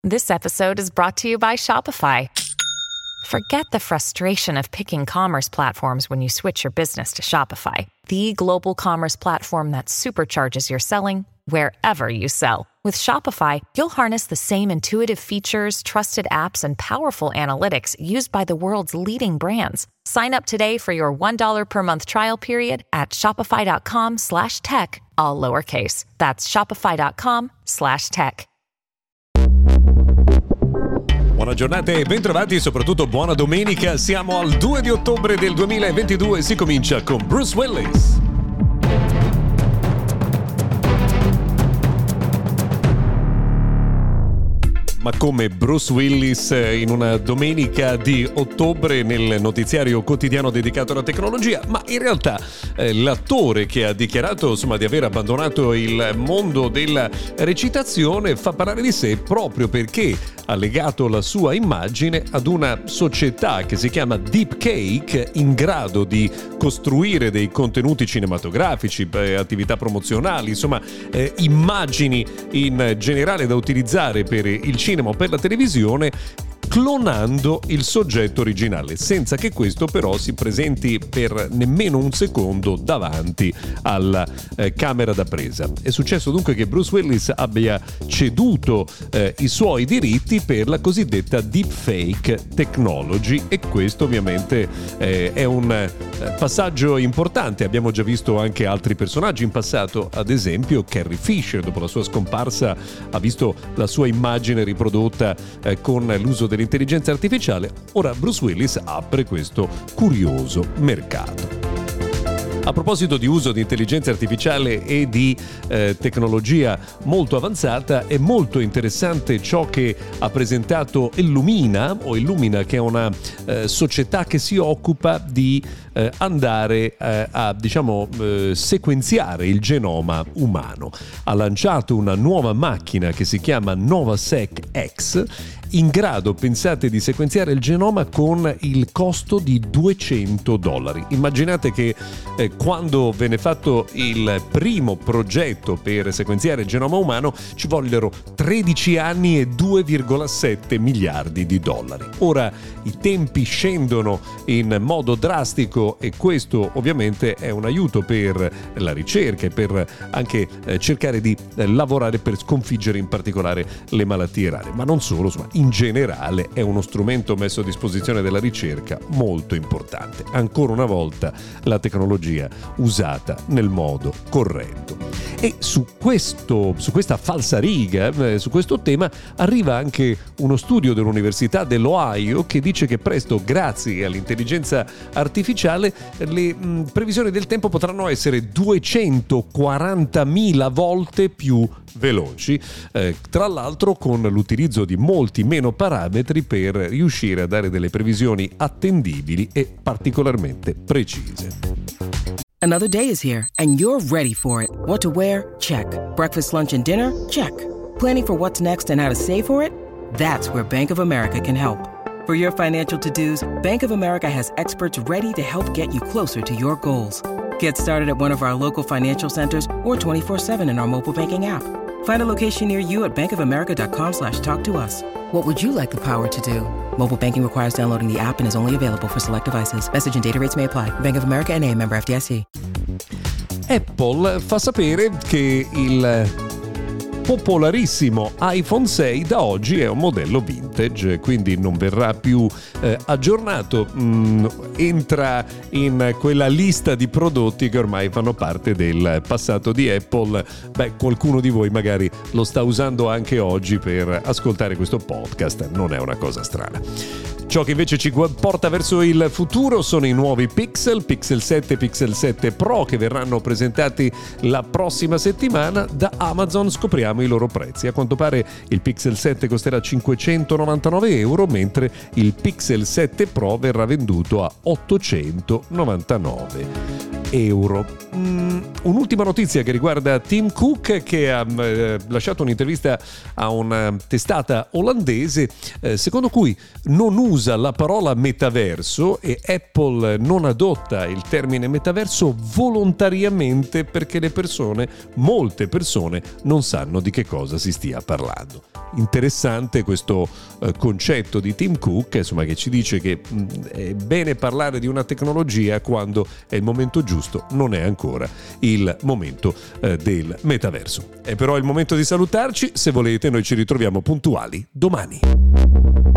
This episode is brought to you by Shopify. Forget the frustration of picking commerce platforms when you switch your business to Shopify, the global commerce platform that supercharges your selling wherever you sell. With Shopify, you'll harness the same intuitive features, trusted apps, and powerful analytics used by the world's leading brands. Sign up today for your $1 per month trial period at shopify.com/tech, all lowercase. That's shopify.com/tech. Buona giornata e bentrovati e soprattutto buona domenica. Siamo al 2 di ottobre del 2022 e si comincia con Bruce Willis. Ma come Bruce Willis in una domenica di ottobre nel notiziario quotidiano dedicato alla tecnologia, ma in realtà l'attore che ha dichiarato di aver abbandonato il mondo della recitazione fa parlare di sé proprio perché ha legato la sua immagine ad una società che si chiama Deepcake, in grado di costruire dei contenuti cinematografici, attività promozionali, immagini in generale da utilizzare per il cinema o per la televisione, clonando il soggetto originale, senza che questo però si presenti per nemmeno un secondo davanti alla camera da presa. È successo dunque che Bruce Willis abbia ceduto i suoi diritti per la cosiddetta deepfake technology, e questo ovviamente è un passaggio importante. Abbiamo già visto anche altri personaggi in passato, ad esempio Carrie Fisher, dopo la sua scomparsa, ha visto la sua immagine riprodotta con l'uso dell'intelligenza artificiale. Ora Bruce Willis apre questo curioso mercato. A proposito di uso di intelligenza artificiale e di tecnologia molto avanzata, è molto interessante ciò che ha presentato Illumina, che è una società che si occupa di andare a sequenziare il genoma umano. Ha lanciato una nuova macchina che si chiama Novasec X, in grado, pensate, di sequenziare il genoma con il costo di $200. Immaginate che quando venne fatto il primo progetto per sequenziare il genoma umano ci vollero 13 anni e $2,7 miliardi. Ora i tempi scendono in modo drastico e questo ovviamente è un aiuto per la ricerca e per anche cercare di lavorare per sconfiggere in particolare le malattie rare, ma non solo, in generale è uno strumento messo a disposizione della ricerca molto importante. Ancora una volta la tecnologia usata nel modo corretto. E su questa falsariga, su questo tema, arriva anche uno studio dell'Università dell'Ohio che dice che presto, grazie all'intelligenza artificiale, le previsioni del tempo potranno essere 240.000 volte più veloci, tra l'altro con l'utilizzo di molti meno parametri per riuscire a dare delle previsioni attendibili e particolarmente precise. Another day is here, and you're ready for it. What to wear? Check. Breakfast, lunch, and dinner? Check. Planning for what's next and how to save for it? That's where Bank of America can help. For your financial to-dos, Bank of America has experts ready to help get you closer to your goals. Get started at one of our local financial centers or 24/7 in our mobile banking app. Find a location near you at bankofamerica.com/talktous. What would you like the power to do? Mobile banking requires downloading the app and is only available for select devices. Message and data rates may apply. Bank of America N.A., member FDIC. Apple fa sapere che il popolarissimo iPhone 6 da oggi è un modello vintage, quindi non verrà più aggiornato, entra in quella lista di prodotti che ormai fanno parte del passato di Apple. Qualcuno di voi magari lo sta usando anche oggi per ascoltare questo podcast, non è una cosa strana. Ciò che invece ci porta verso il futuro sono i nuovi Pixel 7 e Pixel 7 Pro, che verranno presentati la prossima settimana. Da Amazon scopriamo i loro prezzi. A quanto pare il Pixel 7 costerà €599, mentre il Pixel 7 Pro verrà venduto a €899. euro. Un'ultima notizia che riguarda Tim Cook, che ha lasciato un'intervista a una testata olandese secondo cui non usa la parola metaverso e Apple non adotta il termine metaverso volontariamente perché molte persone non sanno di che cosa si stia parlando. Interessante questo concetto di Tim Cook, insomma, che ci dice che è bene parlare di una tecnologia quando è il momento giusto, non è ancora il momento del metaverso. È però il momento di salutarci. Se volete, noi ci ritroviamo puntuali domani.